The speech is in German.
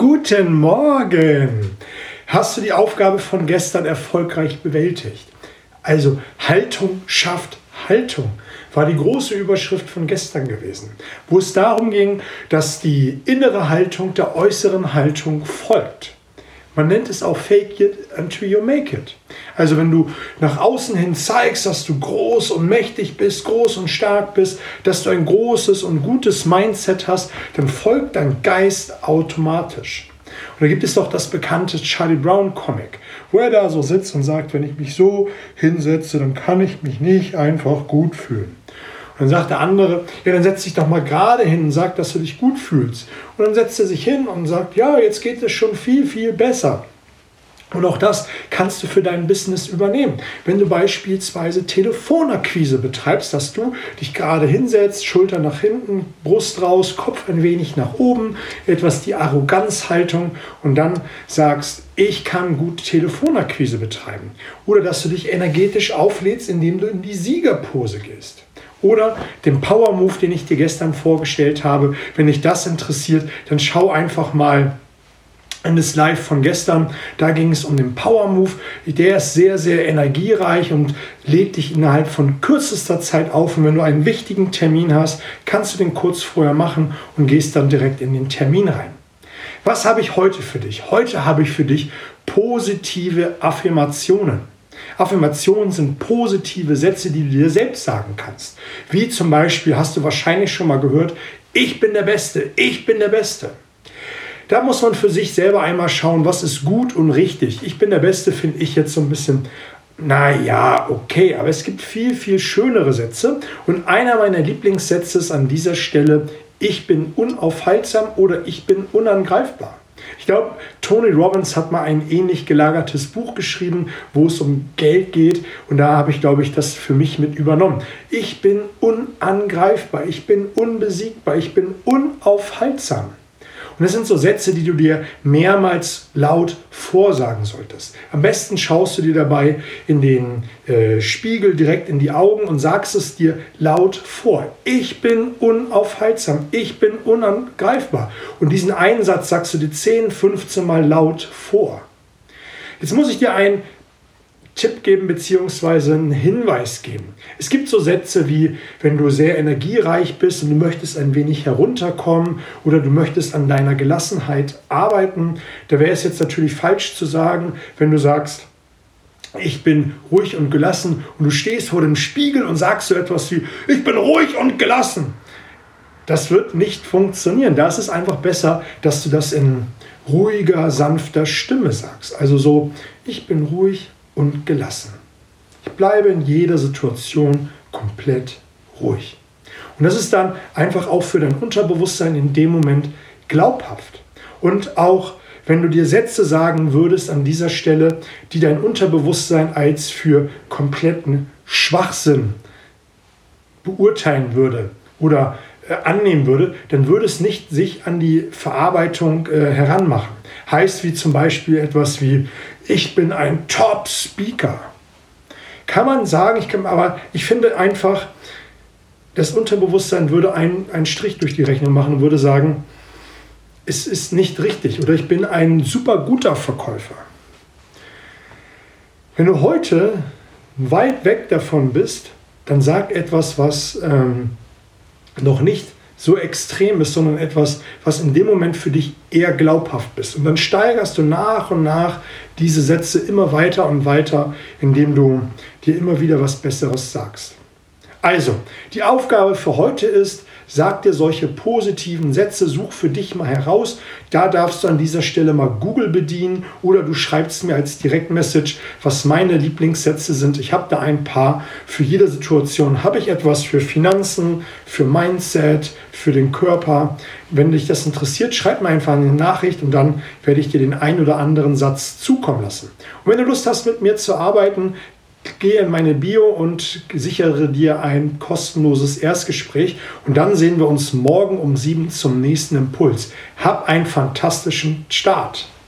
Guten Morgen! Hast du die Aufgabe von gestern erfolgreich bewältigt? Also Haltung schafft Haltung war die große Überschrift von gestern gewesen, wo es darum ging, dass die innere Haltung der äußeren Haltung folgt. Man nennt es auch Fake it until you make it. Also wenn du nach außen hin zeigst, dass du groß und mächtig bist, groß und stark bist, dass du ein großes und gutes Mindset hast, dann folgt dein Geist automatisch. Und da gibt es doch das bekannte Charlie Brown Comic, wo er da so sitzt und sagt, wenn ich mich so hinsetze, dann kann ich mich nicht einfach gut fühlen. Und dann sagt der andere, ja, dann setz dich doch mal gerade hin und sag, dass du dich gut fühlst. Und dann setzt er sich hin und sagt, ja, jetzt geht es schon viel, viel besser. Und auch das kannst du für dein Business übernehmen. Wenn du beispielsweise Telefonakquise betreibst, dass du dich gerade hinsetzt, Schulter nach hinten, Brust raus, Kopf ein wenig nach oben, etwas die Arroganzhaltung und dann sagst, ich kann gut Telefonakquise betreiben. Oder dass du dich energetisch auflädst, indem du in die Siegerpose gehst. Oder den Power Move, den ich dir gestern vorgestellt habe. Wenn dich das interessiert, dann schau einfach mal in das Live von gestern. Da ging es um den Power Move. Der ist sehr, sehr energiereich und lädt dich innerhalb von kürzester Zeit auf. Und wenn du einen wichtigen Termin hast, kannst du den kurz vorher machen und gehst dann direkt in den Termin rein. Was habe ich heute für dich? Heute habe ich für dich positive Affirmationen. Affirmationen sind positive Sätze, die du dir selbst sagen kannst. Wie zum Beispiel, hast du wahrscheinlich schon mal gehört, ich bin der Beste, ich bin der Beste. Da muss man für sich selber einmal schauen, was ist gut und richtig. Ich bin der Beste, finde ich jetzt so ein bisschen, naja, okay. Aber es gibt viel, viel schönere Sätze. Und einer meiner Lieblingssätze ist an dieser Stelle, ich bin unaufhaltsam oder ich bin unangreifbar. Ich glaube, Tony Robbins hat mal ein ähnlich gelagertes Buch geschrieben, wo es um Geld geht. Und da habe ich, glaube ich, das für mich mit übernommen. Ich bin unangreifbar, ich bin unbesiegbar, ich bin unaufhaltsam. Und das sind so Sätze, die du dir mehrmals laut vorsagen solltest. Am besten schaust du dir dabei in den Spiegel direkt in die Augen und sagst es dir laut vor. Ich bin unaufhaltsam, ich bin unangreifbar. Und diesen einen Satz sagst du dir 10, 15 Mal laut vor. Jetzt muss ich dir einen Tipp geben bzw. einen Hinweis geben. Es gibt so Sätze wie, wenn du sehr energiereich bist und du möchtest ein wenig herunterkommen oder du möchtest an deiner Gelassenheit arbeiten, da wäre es jetzt natürlich falsch zu sagen, wenn du sagst, ich bin ruhig und gelassen und du stehst vor dem Spiegel und sagst so etwas wie, ich bin ruhig und gelassen. Das wird nicht funktionieren. Da ist es einfach besser, dass du das in ruhiger, sanfter Stimme sagst. Also so, ich bin ruhig und gelassen. Ich bleibe in jeder Situation komplett ruhig. Und das ist dann einfach auch für dein Unterbewusstsein in dem Moment glaubhaft. Und auch wenn du dir Sätze sagen würdest an dieser Stelle, die dein Unterbewusstsein als für kompletten Schwachsinn beurteilen würde oder annehmen würde, dann würde es nicht sich an die Verarbeitung heranmachen. Heißt wie zum Beispiel etwas wie, ich bin ein Top-Speaker. Kann man sagen, aber ich finde einfach, das Unterbewusstsein würde einen Strich durch die Rechnung machen und würde sagen, es ist nicht richtig oder ich bin ein super guter Verkäufer. Wenn du heute weit weg davon bist, dann sag etwas, was noch nicht so extrem ist, sondern etwas, was in dem Moment für dich eher glaubhaft ist. Und dann steigerst du nach und nach diese Sätze immer weiter und weiter, indem du dir immer wieder was Besseres sagst. Also, die Aufgabe für heute ist, sag dir solche positiven Sätze, such für dich mal heraus. Da darfst du an dieser Stelle mal Google bedienen oder du schreibst mir als Direktmessage, was meine Lieblingssätze sind. Ich habe da ein paar. Für jede Situation habe ich etwas für Finanzen, für Mindset, für den Körper. Wenn dich das interessiert, schreib mir einfach eine Nachricht und dann werde ich dir den ein oder anderen Satz zukommen lassen. Und wenn du Lust hast, mit mir zu arbeiten, gehe in meine Bio und sichere dir ein kostenloses Erstgespräch und dann sehen wir uns morgen um 7 zum nächsten Impuls. Hab einen fantastischen Start!